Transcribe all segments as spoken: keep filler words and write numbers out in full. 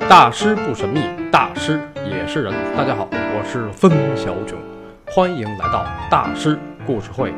大师不神秘，大师也是人。大家好，我是分小囧，欢迎来到大师故事会。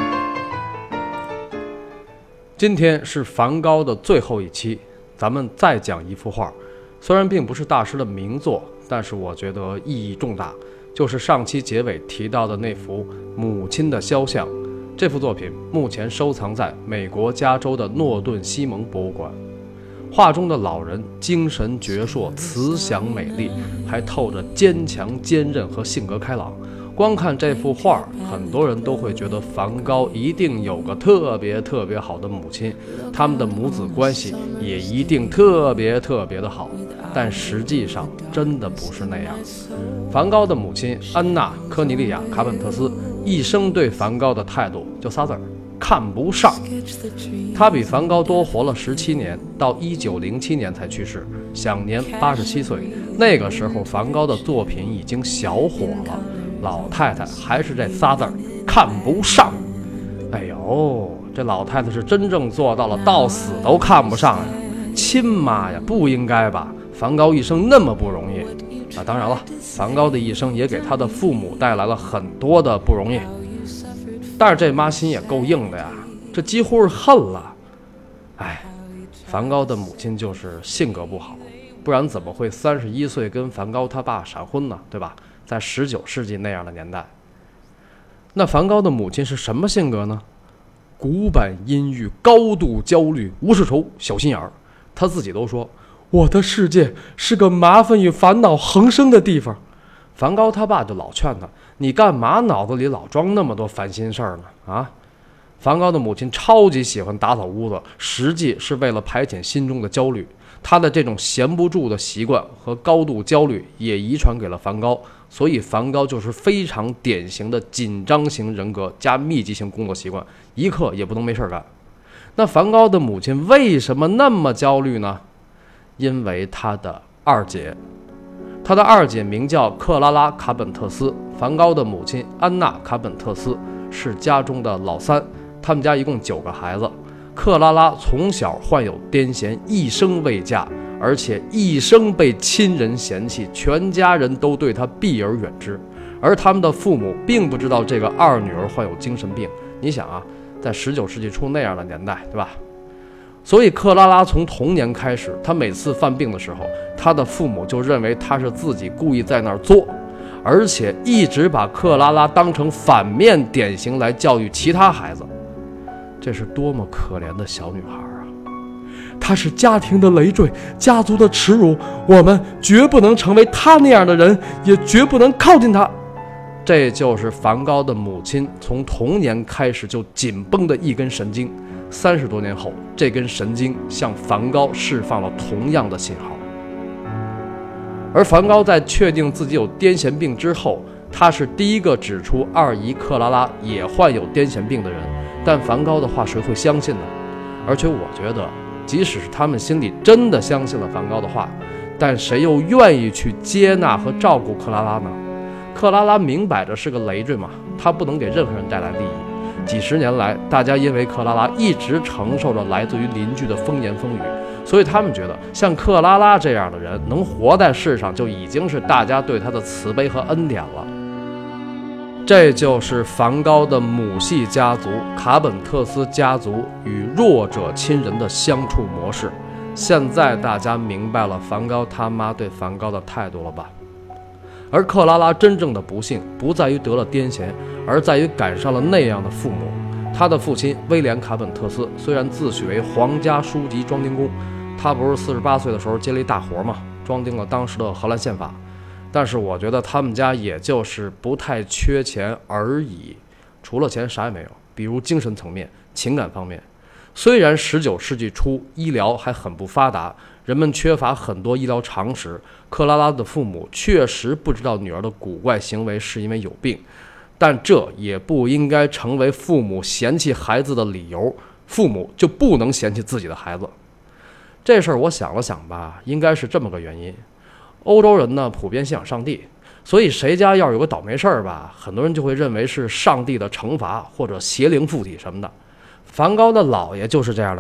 今天是梵高的最后一期，咱们再讲一幅画。虽然并不是大师的名作，但是我觉得意义重大，就是上期结尾提到的那幅母亲的肖像。这幅作品目前收藏在美国加州的诺顿西蒙博物馆。画中的老人精神矍铄，慈祥美丽，还透着坚强坚韧和性格开朗。光看这幅画，很多人都会觉得梵高一定有个特别特别好的母亲，他们的母子关系也一定特别特别的好，但实际上真的不是那样。梵高的母亲安娜·科尼利亚·卡本特斯一生对梵高的态度就仨字儿：看不上。他比梵高多活了十七年，到一九零七年才去世，享年八十七岁。那个时候，梵高的作品已经小火了，老太太还是这仨字儿：看不上。哎呦，这老太太是真正做到了到死都看不上呀！亲妈呀，不应该吧？梵高一生那么不容易啊！当然了，梵高的一生也给他的父母带来了很多的不容易。但是这妈心也够硬的呀，这几乎是恨了。哎，梵高的母亲就是性格不好，不然怎么会三十一岁跟梵高他爸闪婚呢？对吧？在十九世纪那样的年代。那梵高的母亲是什么性格呢？古板阴郁，高度焦虑，无事愁，小心眼儿。他自己都说，我的世界是个麻烦与烦恼横生的地方。梵高他爸就老劝他，你干嘛脑子里老装那么多烦心事儿呢？啊！梵高的母亲超级喜欢打扫屋子，实际是为了排遣心中的焦虑。他的这种闲不住的习惯和高度焦虑也遗传给了梵高，所以梵高就是非常典型的紧张型人格加密集型工作习惯，一刻也不能没事干。那梵高的母亲为什么那么焦虑呢？因为他的二姐。他的二姐名叫克拉拉·卡本特斯，梵高的母亲安娜·卡本特斯是家中的老三，他们家一共九个孩子。克拉拉从小患有癫痫，一生未嫁，而且一生被亲人嫌弃，全家人都对她避而远之。而他们的父母并不知道这个二女儿患有精神病。你想啊，在十九世纪初那样的年代，对吧？所以克拉拉从童年开始，她每次犯病的时候，她的父母就认为她是自己故意在那儿作，而且一直把克拉拉当成反面典型来教育其他孩子。这是多么可怜的小女孩啊！她是家庭的累赘，家族的耻辱，我们绝不能成为她那样的人，也绝不能靠近她。这就是梵高的母亲从童年开始就紧绷的一根神经。三十多年后，这根神经向梵高释放了同样的信号。而梵高在确定自己有癫痫病之后，他是第一个指出二姨克拉拉也患有癫痫病的人。但梵高的话谁会相信呢？而且我觉得，即使是他们心里真的相信了梵高的话，但谁又愿意去接纳和照顾克拉拉呢？克拉拉明摆着是个累赘嘛，她不能给任何人带来利益。几十年来，大家因为克拉拉一直承受着来自于邻居的风言风语，所以他们觉得像克拉拉这样的人能活在世上，就已经是大家对他的慈悲和恩典了。这就是梵高的母系家族卡本特斯家族与弱者亲人的相处模式。现在大家明白了梵高他妈对梵高的态度了吧？而克拉拉真正的不幸不在于得了癫痫，而在于赶上了那样的父母。他的父亲威廉·卡本特斯虽然自诩为皇家书籍装订工，他不是四十八岁的时候接了一大活吗？装订了当时的荷兰宪法。但是我觉得他们家也就是不太缺钱而已，除了钱啥也没有。比如精神层面、情感方面，虽然十九世纪初医疗还很不发达，人们缺乏很多医疗常识，克拉拉的父母确实不知道女儿的古怪行为是因为有病，但这也不应该成为父母嫌弃孩子的理由。父母就不能嫌弃自己的孩子。这事儿我想了想吧，应该是这么个原因。欧洲人呢普遍信仰上帝，所以谁家要有个倒霉事儿吧，很多人就会认为是上帝的惩罚或者邪灵附体什么的。梵高的姥爷就是这样的人，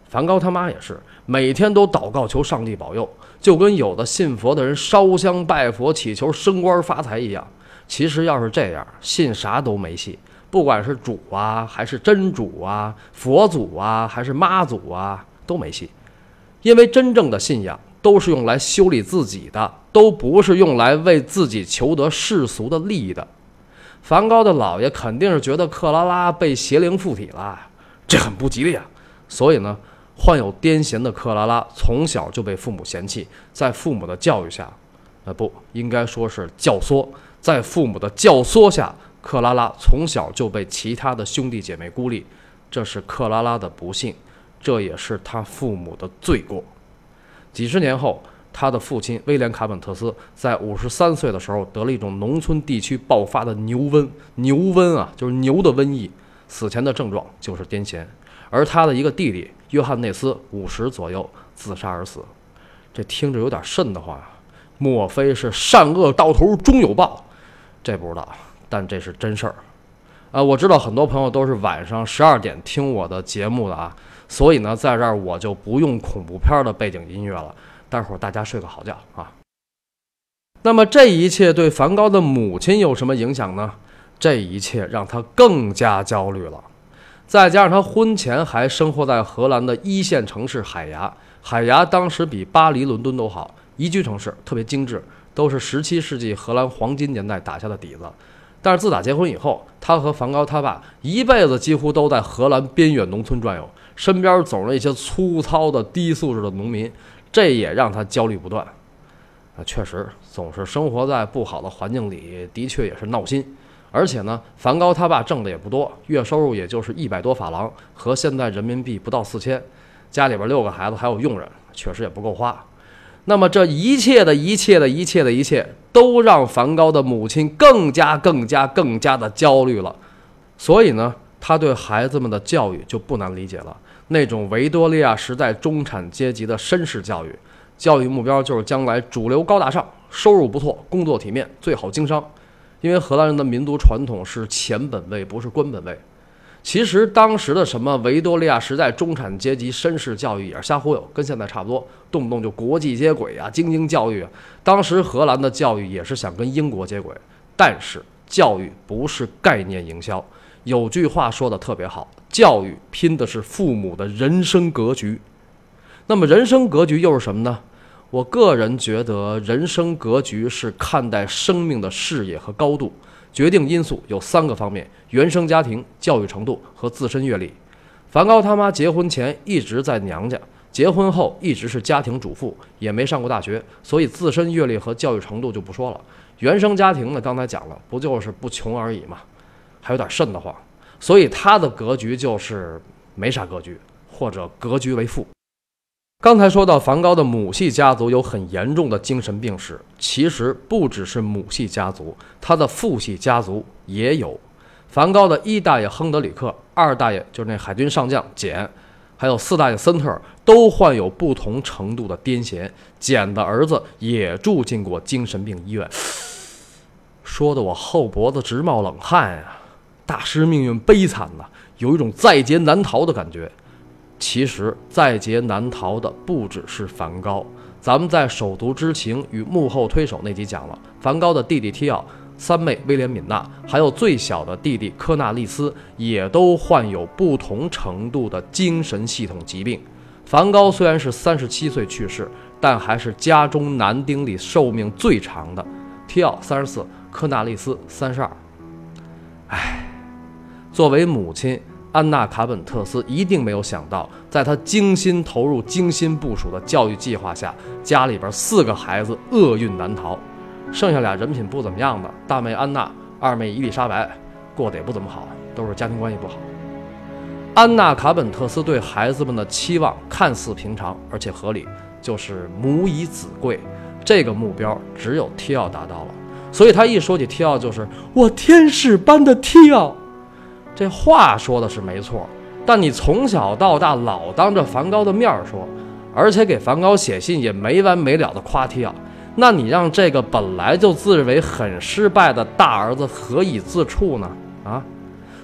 梵高他妈也是每天都祷告求上帝保佑，就跟有的信佛的人烧香拜佛祈求升官发财一样。其实要是这样，信啥都没戏，不管是主啊还是真主啊，佛祖啊还是妈祖啊，都没戏。因为真正的信仰都是用来修理自己的，都不是用来为自己求得世俗的利益的。梵高的姥爷肯定是觉得克拉拉被邪灵附体了，这很不吉利啊。所以呢，患有癫痫的克拉拉从小就被父母嫌弃，在父母的教育下，呃，不应该说是教唆，在父母的教唆下，克拉拉从小就被其他的兄弟姐妹孤立，这是克拉拉的不幸，这也是他父母的罪过。几十年后，他的父亲威廉·卡本特斯在五十三岁的时候得了一种农村地区爆发的牛瘟，牛瘟啊，就是牛的瘟疫，死前的症状就是癫痫。而他的一个弟弟约翰内斯五十左右自杀而死，这听着有点瘆得慌，莫非是善恶到头终有报？这不知道，但这是真事儿。啊，我知道很多朋友都是晚上十二点听我的节目的啊，所以呢，在这儿我就不用恐怖片的背景音乐了，待会儿大家睡个好觉啊。那么这一切对梵高的母亲有什么影响呢？这一切让他更加焦虑了。再加上他婚前还生活在荷兰的一线城市海牙，海牙当时比巴黎、伦敦都好，宜居城市，特别精致，都是十七世纪荷兰黄金年代打下的底子。但是自打结婚以后，他和梵高他爸一辈子几乎都在荷兰边远农村转悠，身边总是一些粗糙的低素质的农民，这也让他焦虑不断。啊，确实，总是生活在不好的环境里，的确也是闹心。而且呢，梵高他爸挣的也不多，月收入也就是一百多法郎，和现在人民币不到四千，家里边六个孩子还有佣人，确实也不够花。那么这一切的一切的一切的一切，都让梵高的母亲更加更加更加的焦虑了。所以呢，他对孩子们的教育就不难理解了，那种维多利亚时代中产阶级的绅士教育，教育目标就是将来主流高大上，收入不错，工作体面，最好经商。因为荷兰人的民族传统是钱本位，不是官本位。其实当时的什么维多利亚时代中产阶级绅士教育也是瞎忽悠，跟现在差不多，动不动就国际接轨啊，精英教育啊。当时荷兰的教育也是想跟英国接轨，但是教育不是概念营销。有句话说的特别好，教育拼的是父母的人生格局。那么人生格局又是什么呢？我个人觉得人生格局是看待生命的视野和高度，决定因素有三个方面：原生家庭、教育程度和自身阅历。梵高他妈结婚前一直在娘家，结婚后一直是家庭主妇，也没上过大学，所以自身阅历和教育程度就不说了。原生家庭呢，刚才讲了，不就是不穷而已嘛，还有点瘆得慌，所以他的格局就是没啥格局，或者格局为负。刚才说到梵高的母系家族有很严重的精神病史，其实不只是母系家族，他的父系家族也有。梵高的一大爷亨德里克，二大爷就是那海军上将简，还有四大爷森特尔都患有不同程度的癫痫，简的儿子也住进过精神病医院。说的我后脖子直冒冷汗呀！大师命运悲惨呐，有一种在劫难逃的感觉。其实在劫难逃的不只是梵高，咱们在手足之情与幕后推手那集讲了，梵高的弟弟提奥、三妹威廉敏娜，还有最小的弟弟科纳利斯，也都患有不同程度的精神系统疾病。梵高虽然是三十七岁去世，但还是家中男丁里寿命最长的。提奥三十四，科纳利斯三十二。唉，作为母亲，安娜·卡本特斯一定没有想到，在她精心投入、精心部署的教育计划下，家里边四个孩子厄运难逃，剩下俩人品不怎么样的，大妹安娜、二妹伊丽莎白，过得也不怎么好，都是家庭关系不好。安娜·卡本特斯对孩子们的期望看似平常而且合理，就是母以子贵，这个目标只有提奥达到了，所以他一说起提奥就是我天使般的提奥。这话说的是没错，但你从小到大老当着梵高的面说，而且给梵高写信也没完没了的夸提奥，那你让这个本来就自认为很失败的大儿子何以自处呢？啊，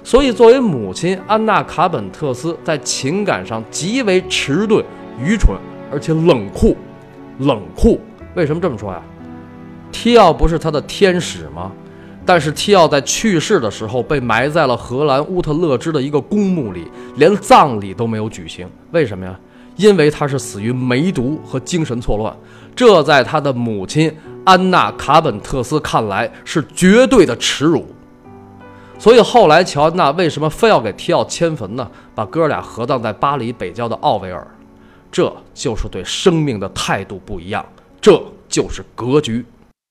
所以作为母亲，安娜·卡本特斯在情感上极为迟钝、愚蠢，而且冷酷。冷酷，为什么这么说呀？提奥不是他的天使吗？但是提奥在去世的时候被埋在了荷兰乌特勒支的一个公墓里，连葬礼都没有举行。为什么呀？因为他是死于梅毒和精神错乱，这在他的母亲安娜·卡本特斯看来是绝对的耻辱。所以后来乔安娜为什么非要给提奥迁坟呢？把哥俩合葬在巴黎北郊的奥维尔，这就是对生命的态度不一样，这就是格局。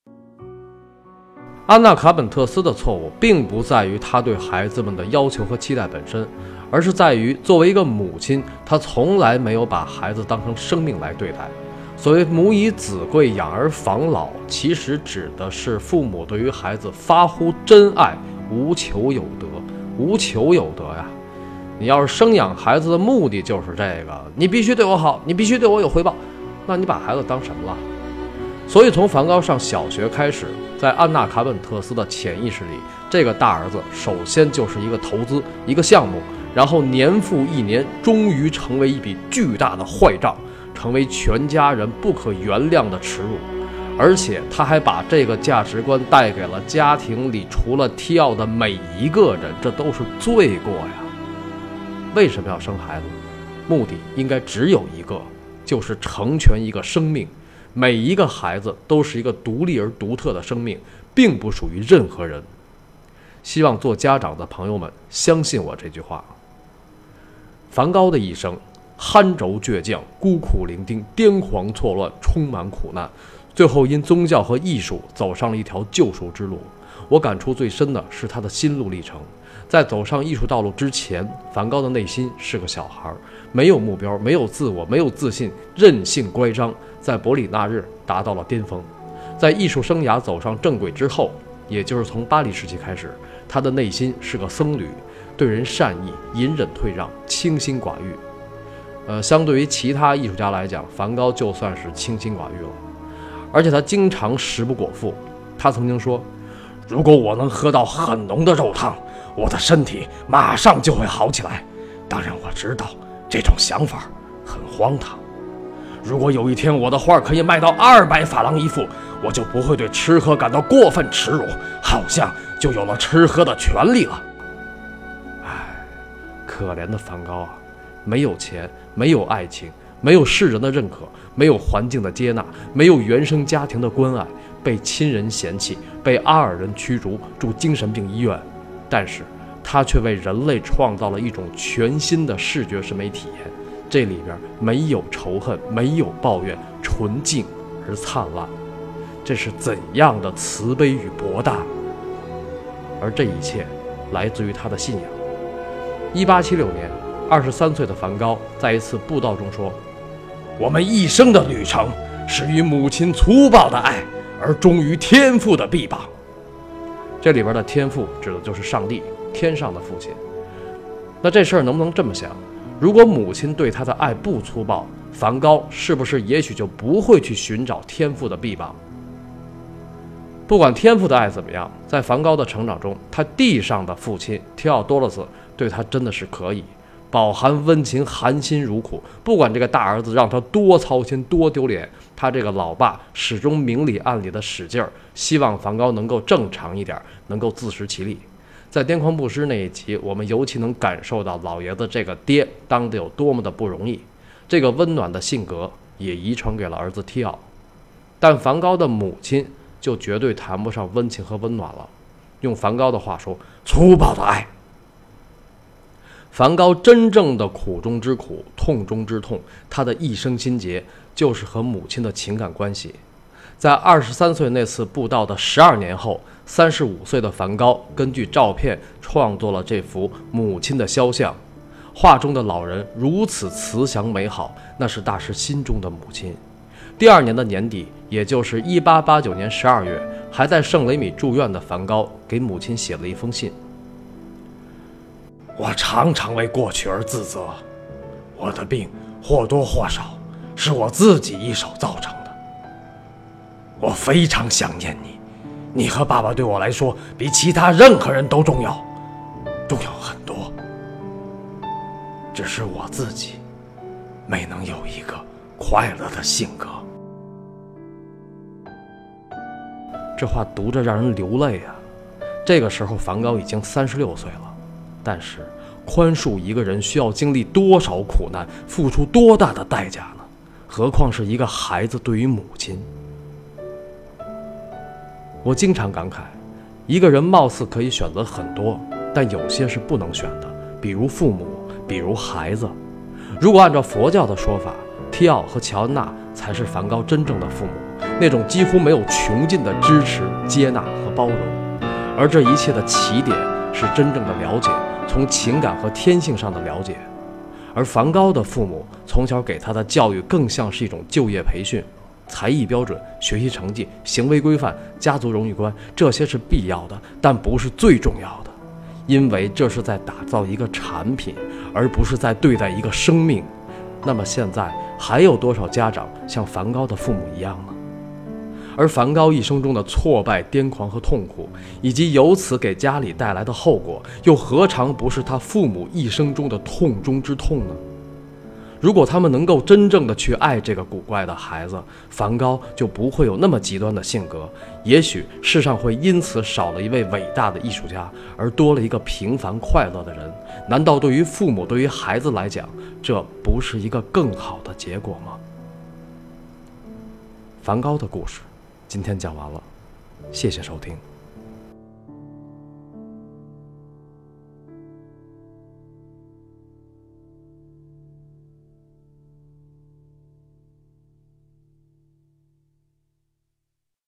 安娜·卡本特斯的错误并不在于她对孩子们的要求和期待本身，而是在于作为一个母亲，她从来没有把孩子当成生命来对待。所谓母以子贵，养儿防老，其实指的是父母对于孩子发乎真爱，无求有得。无求有得呀，你要是生养孩子的目的就是这个，你必须对我好，你必须对我有回报，那你把孩子当什么了？所以从梵高上小学开始，在安娜·卡本特斯的潜意识里，这个大儿子首先就是一个投资，一个项目，然后年复一年，终于成为一笔巨大的坏账，成为全家人不可原谅的耻辱。而且他还把这个价值观带给了家庭里除了提奥的每一个人，这都是罪过呀。为什么要生孩子？目的应该只有一个，就是成全一个生命。每一个孩子都是一个独立而独特的生命，并不属于任何人。希望做家长的朋友们相信我这句话。梵高的一生憨轴倔强，孤苦伶仃，癫狂错乱，充满苦难，最后因宗教和艺术走上了一条救赎之路。我感触最深的是他的心路历程。在走上艺术道路之前，梵高的内心是个小孩，没有目标，没有自我，没有自信，任性乖张，在伯里纳日达到了巅峰。在艺术生涯走上正轨之后，也就是从巴黎时期开始，他的内心是个僧侣，对人善意，隐忍退让，清心寡欲。呃，相对于其他艺术家来讲，梵高就算是清心寡欲了。而且他经常食不果腹。他曾经说，如果我能喝到很浓的肉汤，我的身体马上就会好起来。当然我知道这种想法很荒唐。如果有一天我的画可以卖到二百法郎一幅，我就不会对吃喝感到过分耻辱，好像就有了吃喝的权利了。唉，可怜的梵高啊，没有钱，没有爱情，没有世人的认可，没有环境的接纳，没有原生家庭的关爱，被亲人嫌弃，被阿尔人驱逐，住精神病医院。但是他却为人类创造了一种全新的视觉审美体验，这里边没有仇恨，没有抱怨，纯净而灿烂。这是怎样的慈悲与博大？而这一切来自于他的信仰。一八七六年，二十三岁的梵高在一次布道中说，我们一生的旅程是与母亲粗暴的爱而忠于天父的臂膀。这里边的天父指的就是上帝，天上的父亲。那这事儿能不能这么想？如果母亲对他的爱不粗暴，梵高是不是也许就不会去寻找天父的臂膀？不管天父的爱怎么样，在梵高的成长中，他地上的父亲提奥多洛斯对他真的是可以，饱含温情，含辛茹苦。不管这个大儿子让他多操心多丢脸，他这个老爸始终明里暗里的使劲儿，希望梵高能够正常一点，能够自食其力。在癫狂布施那一集，我们尤其能感受到老爷子这个爹当得有多么的不容易。这个温暖的性格也遗传给了儿子提奥，但梵高的母亲就绝对谈不上温情和温暖了。用梵高的话说，粗暴的爱。梵高真正的苦中之苦，痛中之痛，他的一生心结就是和母亲的情感关系。在二十三岁那次布道的十二年后，三十五岁的梵高根据照片创作了这幅母亲的肖像。画中的老人如此慈祥美好，那是大师心中的母亲。第二年的年底，也就是一八八九年十二月，还在圣雷米住院的梵高给母亲写了一封信。我常常为过去而自责，我的病或多或少是我自己一手造成的。我非常想念你，你和爸爸对我来说比其他任何人都重要。 重要很多。只是我自己没能有一个快乐的性格。这话读着让人流泪啊！这个时候梵高已经三十六岁了，但是宽恕一个人需要经历多少苦难，付出多大的代价呢？何况是一个孩子对于母亲。我经常感慨，一个人貌似可以选择很多，但有些是不能选的，比如父母，比如孩子。如果按照佛教的说法，提奥和乔安娜才是梵高真正的父母，那种几乎没有穷尽的支持、接纳和包容。而这一切的起点是真正的了解，从情感和天性上的了解。而梵高的父母从小给他的教育更像是一种就业培训，才艺标准、学习成绩、行为规范、家族荣誉观，这些是必要的，但不是最重要的，因为这是在打造一个产品，而不是在对待一个生命。那么现在还有多少家长像梵高的父母一样呢？而梵高一生中的挫败、癫狂和痛苦，以及由此给家里带来的后果，又何尝不是他父母一生中的痛中之痛呢？如果他们能够真正的去爱这个古怪的孩子，梵高就不会有那么极端的性格，也许世上会因此少了一位伟大的艺术家，而多了一个平凡快乐的人。难道对于父母，对于孩子来讲，这不是一个更好的结果吗？梵高的故事今天讲完了，谢谢收听。